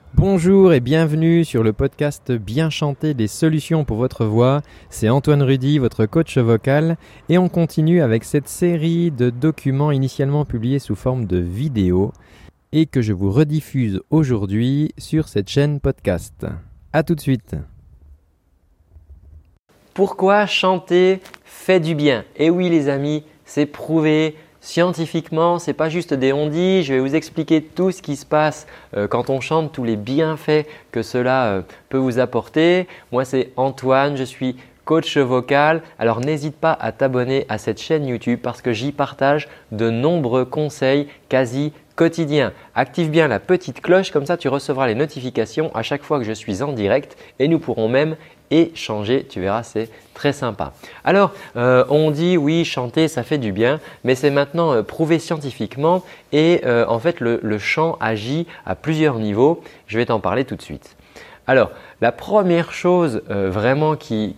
Bonjour et bienvenue sur le podcast Bien chanter des solutions pour votre voix. C'est Antoine Rudy, votre coach vocal, et on continue avec cette série de documents initialement publiés sous forme de vidéo et que je vous rediffuse aujourd'hui sur cette chaîne podcast. À tout de suite. Pourquoi chanter fait du bien? Et oui les amis, c'est prouvé. Scientifiquement, ce n'est pas juste des on-dit, je vais vous expliquer tout ce qui se passe quand on chante, tous les bienfaits que cela peut vous apporter. Moi c'est Antoine, je suis coach vocal. Alors n'hésite pas à t'abonner à cette chaîne YouTube parce que j'y partage de nombreux conseils quasi quotidiens. Active bien la petite cloche, comme ça tu recevras les notifications à chaque fois que je suis en direct et nous pourrons même échanger, tu verras, c'est très sympa. Alors, on dit oui, chanter, ça fait du bien, mais c'est maintenant prouvé scientifiquement et en fait, le chant agit à plusieurs niveaux. Je vais t'en parler tout de suite. Alors, la première chose vraiment qui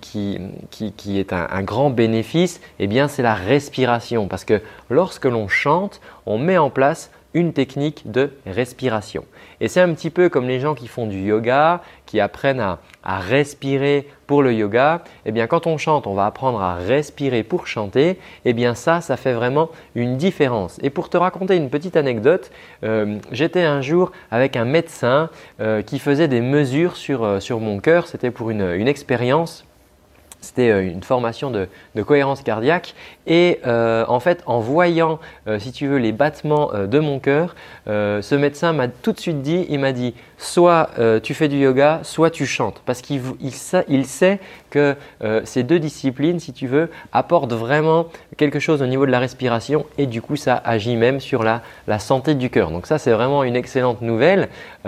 est un grand bénéfice, eh bien, c'est la respiration parce que lorsque l'on chante, on met en place une technique de respiration. Et c'est un petit peu comme les gens qui font du yoga, qui apprennent à respirer pour le yoga. Eh bien, quand on chante, on va apprendre à respirer pour chanter. Eh bien, ça fait vraiment une différence. Et pour te raconter une petite anecdote, j'étais un jour avec un médecin qui faisait des mesures sur mon cœur. C'était pour une expérience. C'était une formation de cohérence cardiaque et en fait en voyant si tu veux les battements de mon cœur, ce médecin m'a tout de suite dit, il m'a dit soit tu fais du yoga, soit tu chantes parce qu'il sait que ces deux disciplines si tu veux apportent vraiment quelque chose au niveau de la respiration et du coup ça agit même sur la santé du cœur. Donc ça c'est vraiment une excellente nouvelle.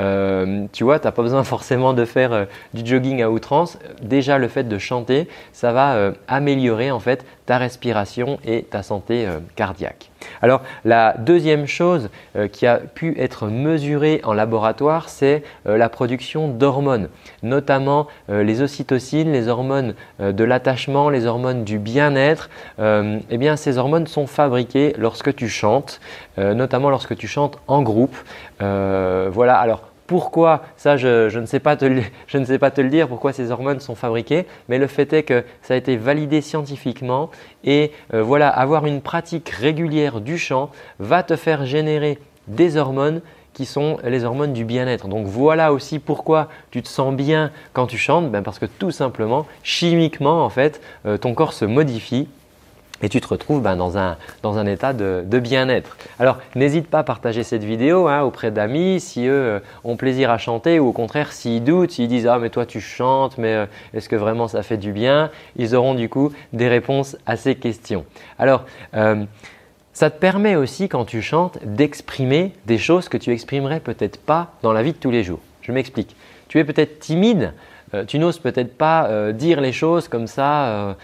Tu vois, tu n'as pas besoin forcément de faire du jogging à outrance. Déjà le fait de chanter, ça va améliorer en fait ta respiration et ta santé cardiaque. Alors la deuxième chose qui a pu être mesurée en laboratoire, c'est la production d'hormones, notamment les ocytocines, les hormones de l'attachement, les hormones du bien-être. Eh bien, ces hormones sont fabriquées lorsque tu chantes, notamment lorsque tu chantes en groupe. Voilà. Alors pourquoi ça, je ne sais pas te le dire, pourquoi ces hormones sont fabriquées, mais le fait est que ça a été validé scientifiquement et voilà, avoir une pratique régulière du chant va te faire générer des hormones qui sont les hormones du bien-être. Donc voilà aussi pourquoi tu te sens bien quand tu chantes, parce que tout simplement, chimiquement en fait, ton corps se modifie. Et tu te retrouves dans un état de bien-être. Alors, n'hésite pas à partager cette vidéo auprès d'amis si eux ont plaisir à chanter ou au contraire s'ils doutent, s'ils disent « Ah mais toi tu chantes, mais est-ce que vraiment ça fait du bien ?» Ils auront du coup des réponses à ces questions. Alors, ça te permet aussi quand tu chantes d'exprimer des choses que tu exprimerais peut-être pas dans la vie de tous les jours. Je m'explique. Tu es peut-être timide. Tu n'oses peut-être pas dire les choses comme ça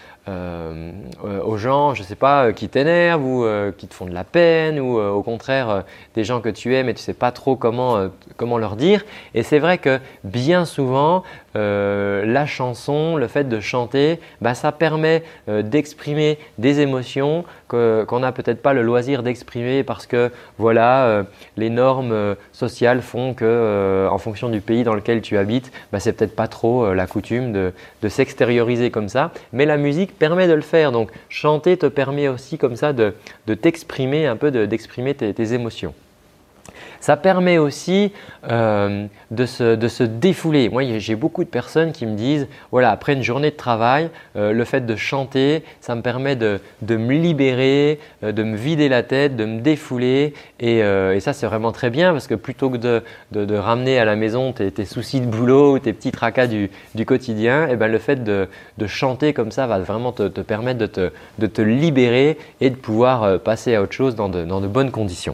aux gens, je ne sais pas, qui t'énervent ou qui te font de la peine ou au contraire des gens que tu aimes et tu ne sais pas trop comment leur dire. Et c'est vrai que bien souvent, la chanson, le fait de chanter, ça permet d'exprimer des émotions qu'on n'a peut-être pas le loisir d'exprimer parce que voilà, les normes sociales font que en fonction du pays dans lequel tu habites, c'est peut-être pas trop la coutume de s'extérioriser comme ça. Mais la musique permet de le faire. Donc chanter te permet aussi comme ça de t'exprimer un peu, d'exprimer tes émotions. Ça permet aussi de se défouler. Moi, j'ai beaucoup de personnes qui me disent voilà, après une journée de travail, le fait de chanter, ça me permet de me libérer, de me vider la tête, de me défouler. Et ça, c'est vraiment très bien parce que plutôt que de ramener à la maison tes soucis de boulot ou tes petits tracas du quotidien, le fait de chanter comme ça va vraiment te permettre de te libérer et de pouvoir passer à autre chose dans de bonnes conditions.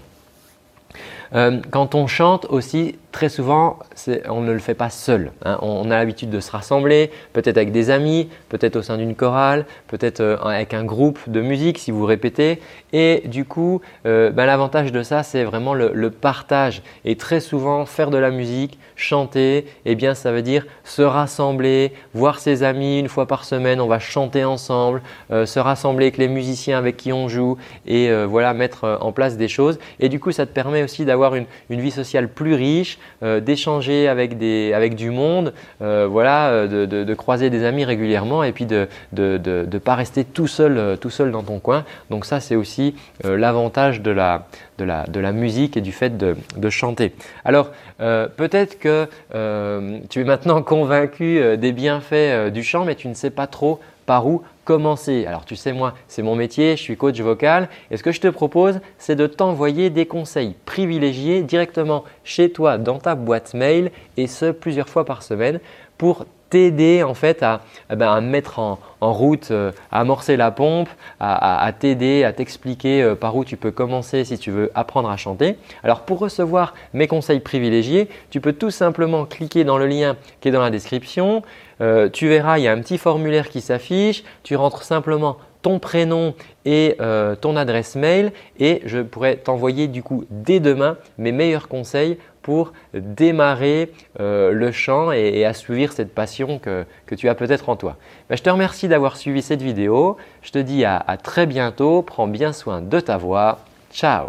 Quand on chante aussi, très souvent, on ne le fait pas seul. On a l'habitude de se rassembler, peut-être avec des amis, peut-être au sein d'une chorale, peut-être avec un groupe de musique si vous répétez. Et du coup, l'avantage de ça, c'est vraiment le partage. Et très souvent, faire de la musique, chanter, ça veut dire se rassembler, voir ses amis une fois par semaine, on va chanter ensemble, se rassembler avec les musiciens avec qui on joue et voilà, mettre en place des choses. Et du coup, ça te permet aussi d'avoir une vie sociale plus riche, d'échanger avec du monde, de croiser des amis régulièrement et puis de ne pas rester tout seul dans ton coin. Donc ça, c'est aussi l'avantage de la musique et du fait de chanter. Alors, peut-être que tu es maintenant convaincu des bienfaits du chant, mais tu ne sais pas trop par où commencer. Alors tu sais, moi, c'est mon métier, je suis coach vocal et ce que je te propose, c'est de t'envoyer des conseils privilégiés directement chez toi dans ta boîte mail et ce plusieurs fois par semaine pour t'aider en fait à mettre en route, à amorcer la pompe, à t'aider, à t'expliquer par où tu peux commencer si tu veux apprendre à chanter. Alors pour recevoir mes conseils privilégiés, tu peux tout simplement cliquer dans le lien qui est dans la description. Tu verras, il y a un petit formulaire qui s'affiche. Tu rentres simplement ton prénom et ton adresse mail et je pourrais t'envoyer du coup dès demain mes meilleurs conseils pour démarrer le chant et assouvir cette passion que tu as peut-être en toi. Je te remercie d'avoir suivi cette vidéo. Je te dis à très bientôt. Prends bien soin de ta voix. Ciao!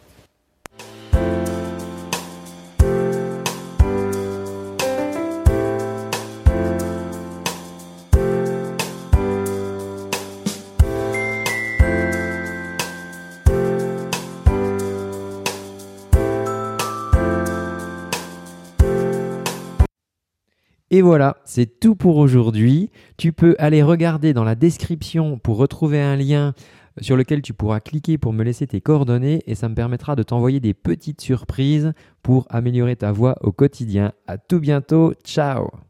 Et voilà, c'est tout pour aujourd'hui. Tu peux aller regarder dans la description pour retrouver un lien sur lequel tu pourras cliquer pour me laisser tes coordonnées et ça me permettra de t'envoyer des petites surprises pour améliorer ta voix au quotidien. À tout bientôt, ciao!